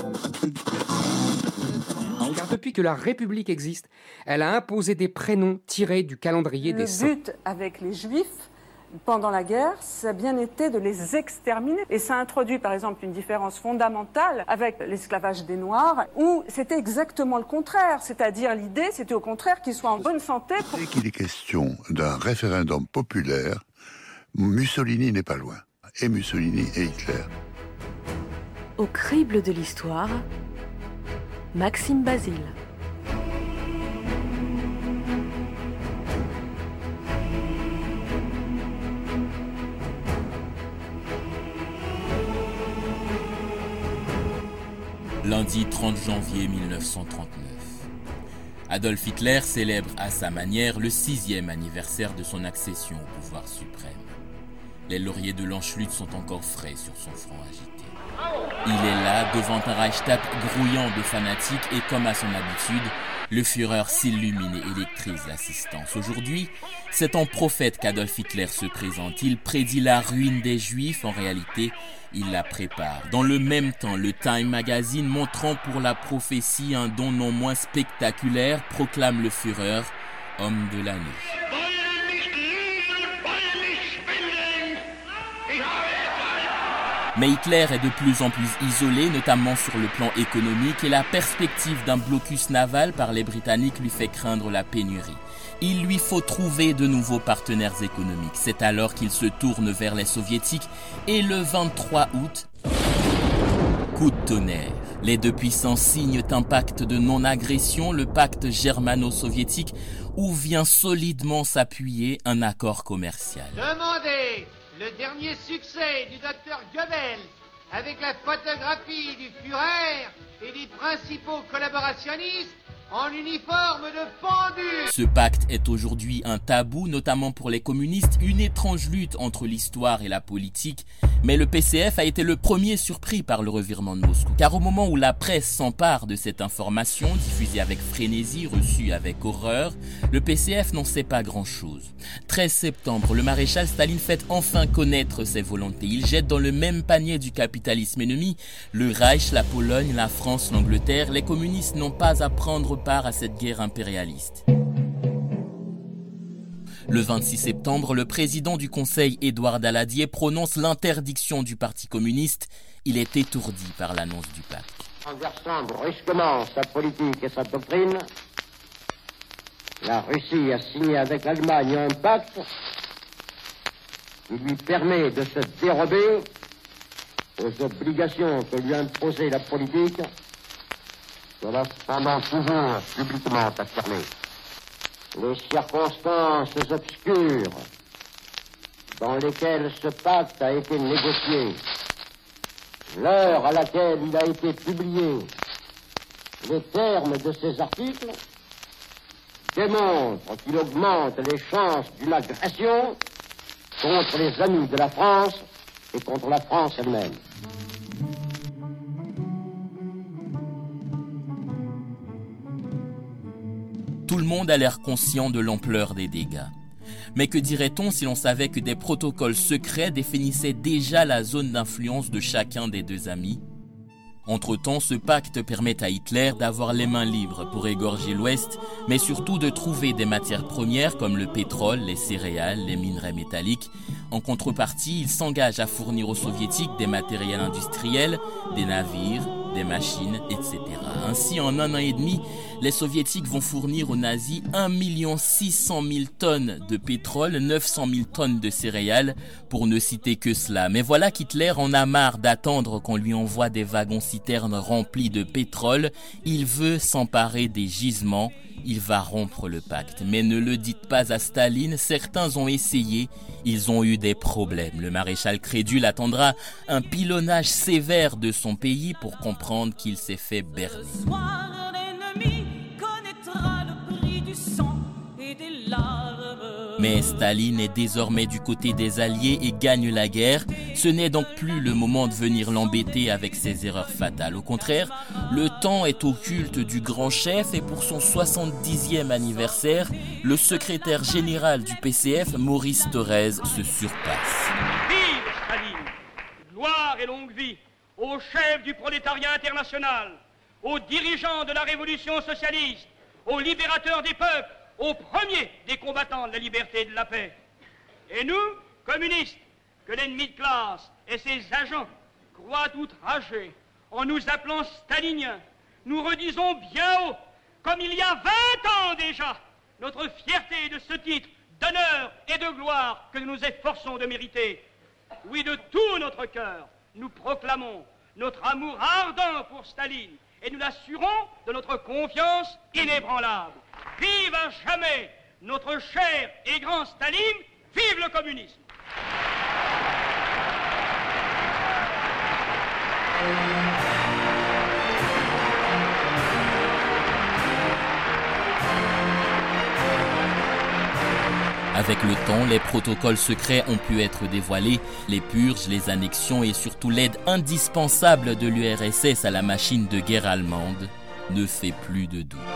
Car depuis que la République existe, elle a imposé des prénoms tirés du calendrier des saints. Le but avec les Juifs, pendant la guerre, ça a bien été de les exterminer. Et ça introduit par exemple une différence fondamentale avec l'esclavage des Noirs, où c'était exactement le contraire. C'est-à-dire l'idée, c'était au contraire qu'ils soient en bonne santé. Dès qu'il est question d'un référendum populaire, Mussolini n'est pas loin. Et Mussolini et Hitler. Au crible de l'histoire, Maxime Basile. Lundi 30 janvier 1939. Adolf Hitler célèbre à sa manière le 6e anniversaire de son accession au pouvoir suprême. Les lauriers de l'Anschluss sont encore frais sur son front agité. Il est là, devant un Reichstag grouillant de fanatiques et comme à son habitude, le Führer s'illumine et électrise l'assistance. Aujourd'hui, c'est en prophète qu'Adolf Hitler se présente. Il prédit la ruine des Juifs. En réalité, il la prépare. Dans le même temps, le Time Magazine, montrant pour la prophétie un don non moins spectaculaire, proclame le Führer homme de l'année. Mais Hitler est de plus en plus isolé, notamment sur le plan économique, et la perspective d'un blocus naval par les Britanniques lui fait craindre la pénurie. Il lui faut trouver de nouveaux partenaires économiques. C'est alors qu'il se tourne vers les Soviétiques et le 23 août, coup de tonnerre. Les deux puissances signent un pacte de non-agression, le pacte germano-soviétique, où vient solidement s'appuyer un accord commercial. Demandez le dernier succès du docteur Goebbels avec la photographie du Führer et des principaux collaborationnistes en uniforme de pendu. Ce pacte est aujourd'hui un tabou, notamment pour les communistes, une étrange lutte entre l'histoire et la politique. Mais le PCF a été le premier surpris par le revirement de Moscou. Car au moment où la presse s'empare de cette information, diffusée avec frénésie, reçue avec horreur, le PCF n'en sait pas grand-chose. 13 septembre, le maréchal Staline fait enfin connaître ses volontés. Il jette dans le même panier du capitalisme ennemi le Reich, la Pologne, la France, l'Angleterre. Les communistes n'ont pas à prendre part à cette guerre impérialiste. Le 26 septembre, le président du Conseil, Édouard Daladier, prononce l'interdiction du Parti communiste. Il est étourdi par l'annonce du pacte. Renversant brusquement sa politique et sa doctrine, la Russie a signé avec l'Allemagne un pacte qui lui permet de se dérober aux obligations que lui imposait la politique, qu'elle a cependant toujours publiquement affirmé. Les circonstances obscures dans lesquelles ce pacte a été négocié, l'heure à laquelle il a été publié, les termes de ces articles démontrent qu'il augmente les chances d'une agression contre les amis de la France et contre la France elle-même. Tout le monde a l'air conscient de l'ampleur des dégâts. Mais que dirait-on si l'on savait que des protocoles secrets définissaient déjà la zone d'influence de chacun des deux amis ? Entre-temps, ce pacte permet à Hitler d'avoir les mains libres pour égorger l'Ouest, mais surtout de trouver des matières premières comme le pétrole, les céréales, les minerais métalliques. En contrepartie, il s'engage à fournir aux Soviétiques des matériels industriels, des navires, des machines, etc. Ainsi, en un an et demi, les Soviétiques vont fournir aux nazis 1 600 000 tonnes de pétrole, 900 000 tonnes de céréales, pour ne citer que cela. Mais voilà qu'Hitler en a marre d'attendre qu'on lui envoie des wagons-citernes remplis de pétrole. Il veut s'emparer des gisements. Il va rompre le pacte. Mais ne le dites pas à Staline, certains ont essayé, ils ont eu des problèmes. Le maréchal crédule attendra un pilonnage sévère de son pays pour comprendre qu'il s'est fait berner. Mais Staline est désormais du côté des Alliés et gagne la guerre. Ce n'est donc plus le moment de venir l'embêter avec ses erreurs fatales. Au contraire, le temps est au culte du grand chef et pour son 70e anniversaire, le secrétaire général du PCF, Maurice Thorez, se surpasse. Vive Staline! Gloire et longue vie aux chefs du prolétariat international, aux dirigeants de la révolution socialiste, aux libérateurs des peuples, aux premiers des combattants de la liberté et de la paix. Et nous, communistes, que l'ennemi de classe et ses agents croient outragés en nous appelant staliniens, nous redisons bien haut, comme il y a 20 ans déjà, notre fierté de ce titre d'honneur et de gloire que nous nous efforçons de mériter. Oui, de tout notre cœur, nous proclamons notre amour ardent pour Staline et nous l'assurons de notre confiance inébranlable. Vive à jamais notre cher et grand Staline, vive le communisme! Avec le temps, les protocoles secrets ont pu être dévoilés, les purges, les annexions et surtout l'aide indispensable de l'URSS à la machine de guerre allemande ne fait plus de doute.